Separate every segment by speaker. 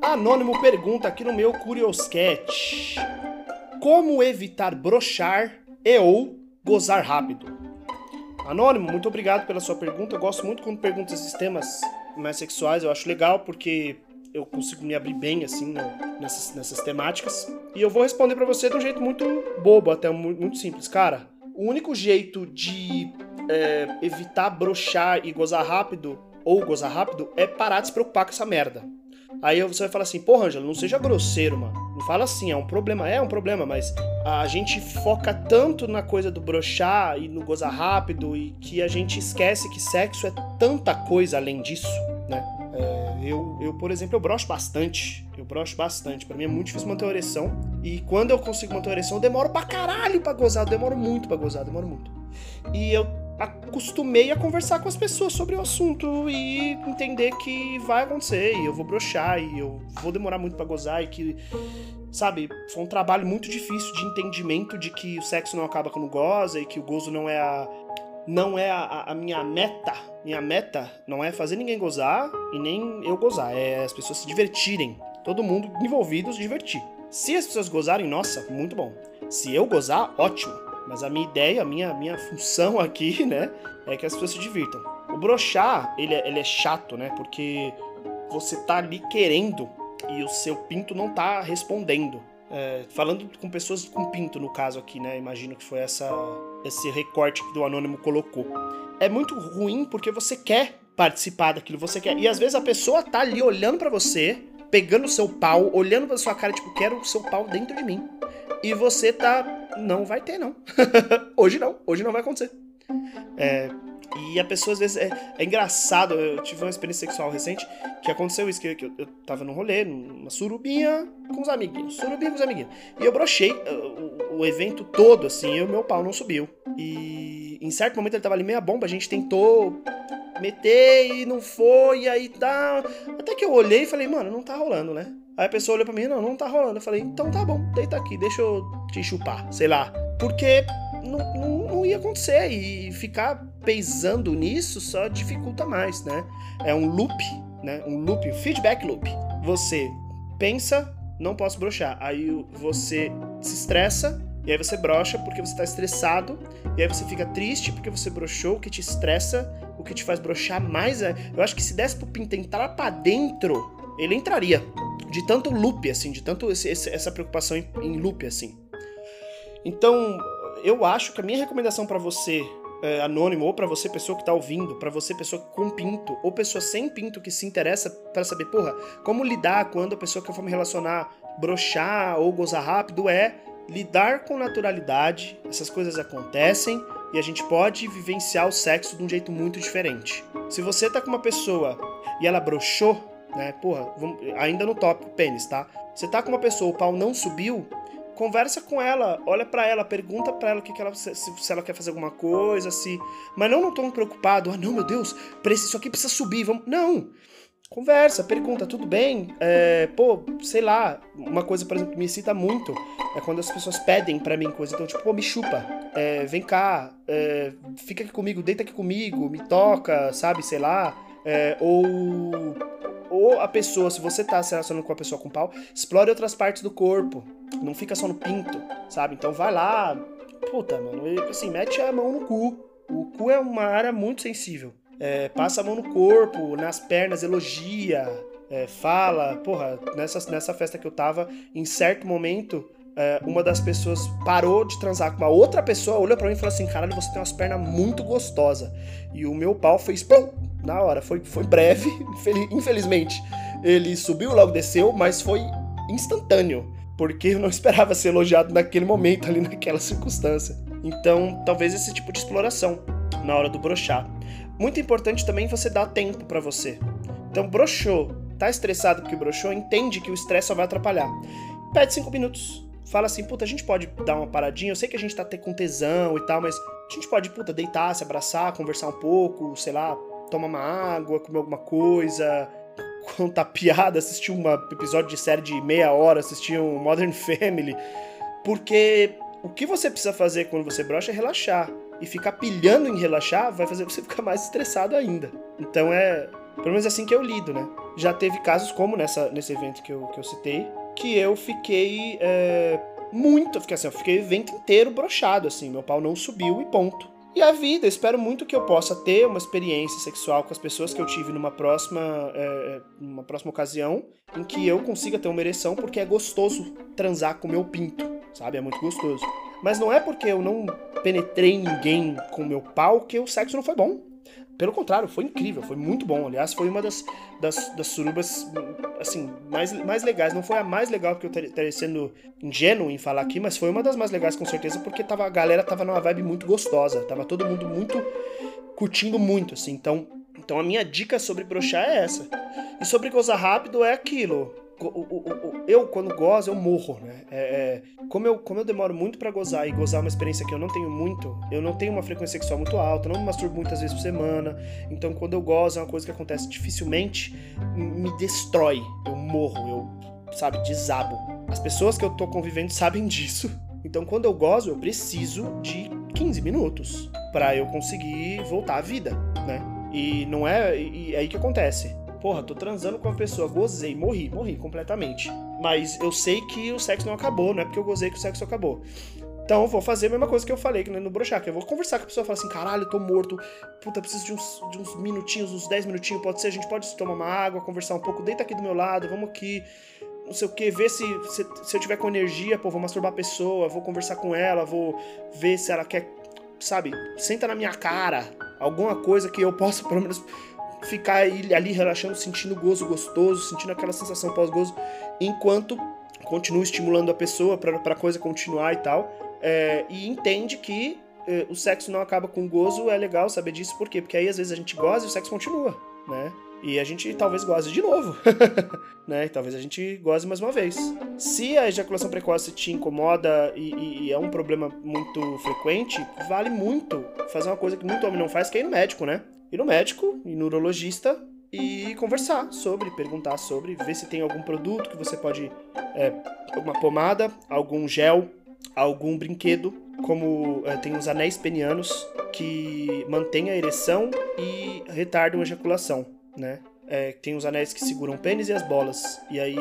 Speaker 1: Anônimo pergunta aqui no meu Curioscat: como evitar broxar e ou gozar rápido? Anônimo, muito obrigado pela sua pergunta. Eu gosto muito quando pergunta esses temas mais sexuais. Eu acho legal porque eu consigo me abrir bem assim nessas temáticas. E eu vou responder pra você de um jeito muito bobo, até muito simples. Cara, o único jeito de evitar broxar e gozar rápido ou gozar rápido é parar de se preocupar com essa merda. Aí você vai falar assim, porra, Ângelo, não seja grosseiro, mano. Não fala assim, é um problema, mas a gente foca tanto na coisa do broxar e no gozar rápido e que a gente esquece que sexo é tanta coisa além disso, né? Eu, por exemplo, eu broxo bastante. Pra mim é muito difícil manter uma ereção. E quando eu consigo manter uma ereção, eu demoro pra caralho pra gozar. Eu demoro muito. E eu acostumei a conversar com as pessoas sobre o assunto e entender que vai acontecer e eu vou broxar e eu vou demorar muito pra gozar e que, sabe, foi um trabalho muito difícil de entendimento de que o sexo não acaba quando goza e que o gozo não é a minha meta. Minha meta não é fazer ninguém gozar e nem eu gozar, é as pessoas se divertirem, todo mundo envolvido se divertir. Se as pessoas gozarem, nossa, muito bom. Se eu gozar, ótimo. Mas a minha ideia, a minha função aqui, né, é que as pessoas se divirtam. O broxar, ele é chato, né, porque você tá ali querendo e o seu pinto não tá respondendo. Falando com pessoas com pinto, no caso aqui, né, imagino que foi esse recorte que o Anônimo colocou. É muito ruim porque você quer participar daquilo, você quer. E às vezes a pessoa tá ali olhando pra você, pegando o seu pau, olhando pra sua cara, tipo, quero o seu pau dentro de mim. E você tá... Não vai ter, não. Hoje não vai acontecer. E a pessoa, às vezes, é engraçado. Eu tive uma experiência sexual recente que aconteceu isso, que eu tava num rolê, numa surubinha com os amiguinhos. E eu brochei o evento todo, assim, e o meu pau não subiu. E em certo momento ele tava ali meia bomba, a gente tentou meter e não foi, e aí tá... Até que eu olhei e falei, mano, não tá rolando, né? Aí a pessoa olhou pra mim, não tá rolando. Eu falei, então tá bom, deita aqui, deixa eu te chupar, sei lá. Porque não ia acontecer e ficar pesando nisso só dificulta mais, né? É um loop, né? Um feedback loop. Você pensa, não posso broxar. Aí você se estressa e aí você broxa porque você tá estressado. E aí você fica triste porque você broxou, o que te estressa, o que te faz broxar mais. Eu acho que se desse pro pinto entrar pra dentro, ele entraria. De tanto loop, assim, de tanto essa preocupação em loop, assim. Então, eu acho que a minha recomendação pra você, anônimo, ou pra você, pessoa que tá ouvindo, pra você, pessoa com pinto, ou pessoa sem pinto que se interessa pra saber, porra, como lidar quando a pessoa que eu for me relacionar broxar ou gozar rápido é lidar com naturalidade, essas coisas acontecem e a gente pode vivenciar o sexo de um jeito muito diferente. Se você tá com uma pessoa e ela broxou, né, porra, ainda no tópico pênis, tá? Você tá com uma pessoa, o pau não subiu, conversa com ela, olha pra ela, pergunta pra ela se ela quer fazer alguma coisa, mas não tô preocupado, não, meu Deus, isso aqui precisa subir, vamos... Não! Conversa, pergunta, tudo bem? Sei lá, uma coisa, por exemplo, que me excita muito é quando as pessoas pedem pra mim coisa, então tipo, me chupa, vem cá, fica aqui comigo, deita aqui comigo, me toca, sabe, sei lá, ou a pessoa, se você tá se relacionando com a pessoa com pau, explore outras partes do corpo. Não fica só no pinto, sabe? Então vai lá, puta, mano, assim, mete a mão no cu. O cu é uma área muito sensível. Passa a mão no corpo, nas pernas, elogia, fala. Porra, nessa festa que eu tava, em certo momento, uma das pessoas parou de transar com uma outra pessoa, olhou pra mim e falou assim, caralho, você tem umas pernas muito gostosas. E o meu pau fez pum, na hora, foi breve, infelizmente. Ele subiu, logo desceu, mas foi instantâneo, porque eu não esperava ser elogiado naquele momento, ali naquela circunstância. Então, talvez esse tipo de exploração na hora do broxar. Muito importante também você dar tempo pra você. Então, broxou, tá estressado porque broxou, entende que o estresse só vai atrapalhar. Pede 5 minutos. Fala assim, puta, a gente pode dar uma paradinha, eu sei que a gente tá com tesão e tal, mas a gente pode, puta, deitar, se abraçar, conversar um pouco, sei lá, tomar uma água, comer alguma coisa, contar piada, assistir um episódio de série de meia hora, assistir um Modern Family, porque o que você precisa fazer quando você broxa é relaxar, e ficar pilhando em relaxar vai fazer você ficar mais estressado ainda. Então Pelo menos é assim que eu lido, né? Já teve casos como nesse evento que eu citei, que eu fiquei eu fiquei o evento inteiro broxado, assim, meu pau não subiu e ponto. E a vida, espero muito que eu possa ter uma experiência sexual com as pessoas que eu tive numa próxima ocasião, em que eu consiga ter uma ereção, porque é gostoso transar com o meu pinto, sabe? É muito gostoso. Mas não é porque eu não penetrei ninguém com o meu pau que o sexo não foi bom. Pelo contrário, foi incrível, foi muito bom. Aliás, foi uma das surubas, assim, mais legais. Não foi a mais legal, porque eu estaria sendo ingênuo em falar aqui, mas foi uma das mais legais, com certeza, porque a galera tava numa vibe muito gostosa. Tava todo mundo muito curtindo muito, assim. Então a minha dica sobre broxar é essa. E sobre gozar rápido é aquilo. Eu, quando gozo, eu morro, né? Como eu demoro muito pra gozar, e gozar é uma experiência que eu não tenho muito, eu não tenho uma frequência sexual muito alta, eu não me masturbo muitas vezes por semana, então quando eu gozo é uma coisa que acontece dificilmente, me destrói, eu morro, sabe, desabo. As pessoas que eu tô convivendo sabem disso, então quando eu gozo, eu preciso de 15 minutos pra eu conseguir voltar à vida, né? E não é... E aí que acontece? Porra, tô transando com uma pessoa, gozei, morri completamente. Mas eu sei que o sexo não acabou, não é porque eu gozei que o sexo acabou. Então eu vou fazer a mesma coisa que eu falei no broxar, que eu vou conversar com a pessoa e falar assim, caralho, eu tô morto, puta, preciso de uns minutinhos, uns 10 minutinhos, pode ser, a gente pode tomar uma água, conversar um pouco, deita aqui do meu lado, vamos aqui, não sei o que, ver se eu tiver com energia, pô, vou masturbar a pessoa, vou conversar com ela, vou ver se ela quer, sabe, senta na minha cara, alguma coisa que eu possa, pelo menos... ficar ali relaxando, sentindo gozo gostoso, sentindo aquela sensação pós-gozo, enquanto continuo estimulando a pessoa pra coisa continuar e tal, e entende que o sexo não acaba com o gozo. É legal saber disso, por quê? Porque aí às vezes a gente goza e o sexo continua, né? E a gente talvez goze de novo, né? E talvez a gente goze mais uma vez. Se a ejaculação precoce te incomoda e é um problema muito frequente, vale muito fazer uma coisa que muito homem não faz, que é ir no médico, né? Ir no médico, ir no urologista e conversar sobre, perguntar sobre, ver se tem algum produto que você pode, alguma pomada, algum gel, algum brinquedo, como tem os anéis penianos que mantêm a ereção e retardam a ejaculação, né? Tem os anéis que seguram o pênis e as bolas, e aí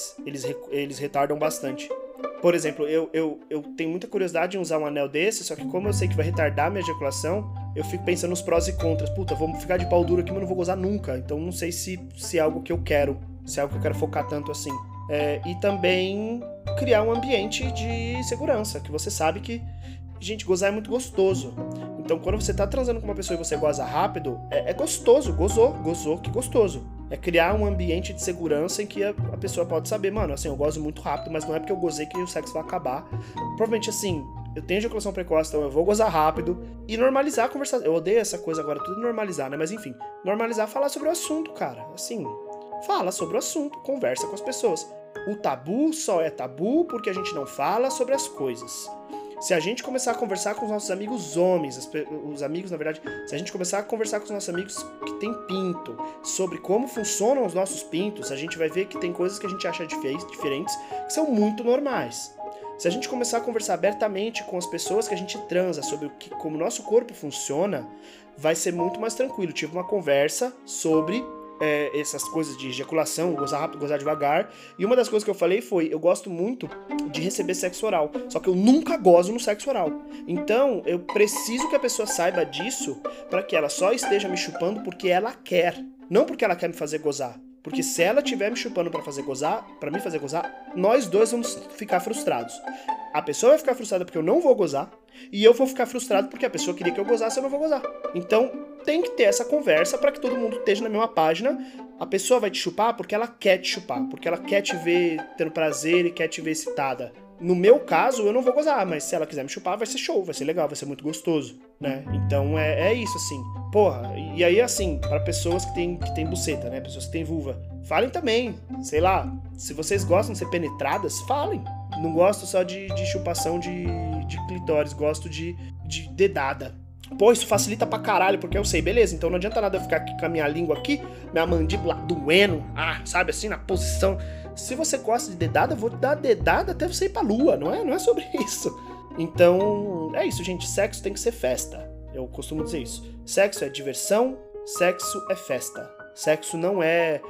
Speaker 1: eles retardam bastante. Por exemplo, eu tenho muita curiosidade em usar um anel desse, só que como eu sei que vai retardar a minha ejaculação, eu fico pensando nos prós e contras. Puta, vou ficar de pau duro aqui, mas não vou gozar nunca. Então não sei se é algo que eu quero, se é algo que eu quero focar tanto assim. E também criar um ambiente de segurança, que você sabe que, gente, gozar é muito gostoso. Então quando você tá transando com uma pessoa e você goza rápido, é gostoso, gozou, que gostoso. É criar um ambiente de segurança em que a pessoa pode saber, mano, assim, eu gozo muito rápido, mas não é porque eu gozei que o sexo vai acabar. Provavelmente, assim, eu tenho ejaculação precoce, então eu vou gozar rápido e normalizar a conversação. Eu odeio essa coisa agora, tudo normalizar, né? Mas enfim, normalizar, falar sobre o assunto, cara. Assim, fala sobre o assunto, conversa com as pessoas. O tabu só é tabu porque a gente não fala sobre as coisas. Se a gente começar a conversar com os nossos amigos homens, os amigos, na verdade, se a gente começar a conversar com os nossos amigos que têm pinto, sobre como funcionam os nossos pintos, a gente vai ver que tem coisas que a gente acha diferentes, que são muito normais. Se a gente começar a conversar abertamente com as pessoas que a gente transa sobre como o nosso corpo funciona, vai ser muito mais tranquilo. Tive uma conversa sobre essas coisas de ejaculação, gozar rápido, gozar devagar, e uma das coisas que eu falei foi, eu gosto muito de receber sexo oral, só que eu nunca gozo no sexo oral. Então, eu preciso que a pessoa saiba disso para que ela só esteja me chupando porque ela quer, não porque ela quer me fazer gozar. Porque se ela estiver me chupando pra me fazer gozar, nós dois vamos ficar frustrados. A pessoa vai ficar frustrada porque eu não vou gozar, e eu vou ficar frustrado porque a pessoa queria que eu gozasse e eu não vou gozar. Então, tem que ter essa conversa para que todo mundo esteja na mesma página. A pessoa vai te chupar porque ela quer te chupar, porque ela quer te ver tendo prazer e quer te ver excitada. No meu caso, eu não vou gozar, mas se ela quiser me chupar, vai ser show, vai ser legal, vai ser muito gostoso, né? Então é isso, assim. Porra, e aí, assim, para pessoas que tem buceta, né? Pessoas que tem vulva, falem também, sei lá, se vocês gostam de ser penetradas, falem. Não gosto só de chupação de clitóris, gosto de dedada. Pô, isso facilita pra caralho, porque eu sei, beleza, então não adianta nada eu ficar aqui com a minha língua aqui, minha mandíbula doendo, sabe, assim, na posição. Se você gosta de dedada, eu vou te dar dedada até você ir pra lua, não é sobre isso. Então, é isso, gente, sexo tem que ser festa. Eu costumo dizer isso. Sexo é diversão, sexo é festa. Sexo não é,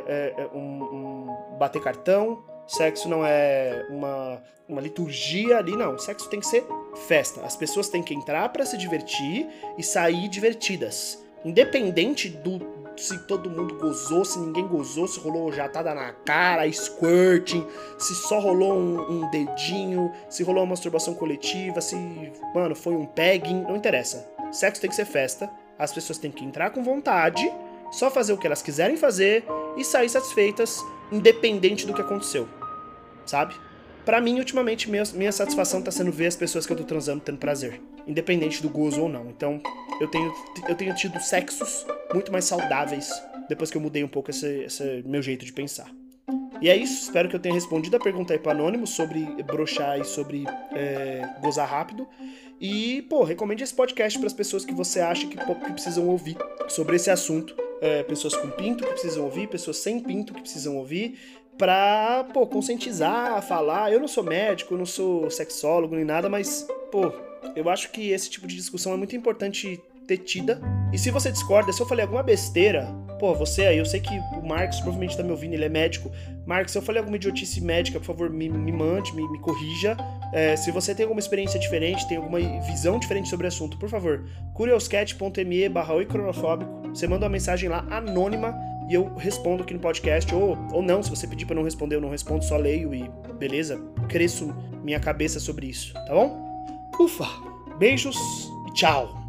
Speaker 1: bater cartão, sexo não é uma liturgia ali, não. Sexo tem que ser festa. As pessoas têm que entrar pra se divertir e sair divertidas. Independente se todo mundo gozou, se ninguém gozou, se rolou jatada na cara, squirting, se só rolou um dedinho, se rolou uma masturbação coletiva, se, mano, foi um pegging, não interessa. Sexo tem que ser festa, as pessoas têm que entrar com vontade, só fazer o que elas quiserem fazer e sair satisfeitas, independente do que aconteceu, sabe? Pra mim, ultimamente, minha satisfação tá sendo ver as pessoas que eu tô transando tendo prazer, independente do gozo ou não. Então, eu tenho tido sexos muito mais saudáveis depois que eu mudei um pouco esse meu jeito de pensar. E é isso, espero que eu tenha respondido a pergunta aí pro Anônimo sobre broxar e sobre gozar rápido. E, pô, recomende esse podcast pras pessoas que você acha que precisam ouvir sobre esse assunto. Pessoas com pinto que precisam ouvir, pessoas sem pinto que precisam ouvir, pra, pô, conscientizar, falar. Eu não sou médico, eu não sou sexólogo nem nada, mas, pô, eu acho que esse tipo de discussão é muito importante ter tida. E se você discorda, se eu falei alguma besteira, pô, você aí, eu sei que o Marcos provavelmente tá me ouvindo, ele é médico. Marcos, se eu falei alguma idiotice médica, por favor, me mande, me corrija. Se você tem alguma experiência diferente, tem alguma visão diferente sobre o assunto, por favor, curioscat.me/oicronofóbico. Você manda uma mensagem lá, anônima, e eu respondo aqui no podcast, ou não, se você pedir pra eu não responder, eu não respondo, só leio e beleza, cresço minha cabeça sobre isso, tá bom? Ufa, beijos e tchau!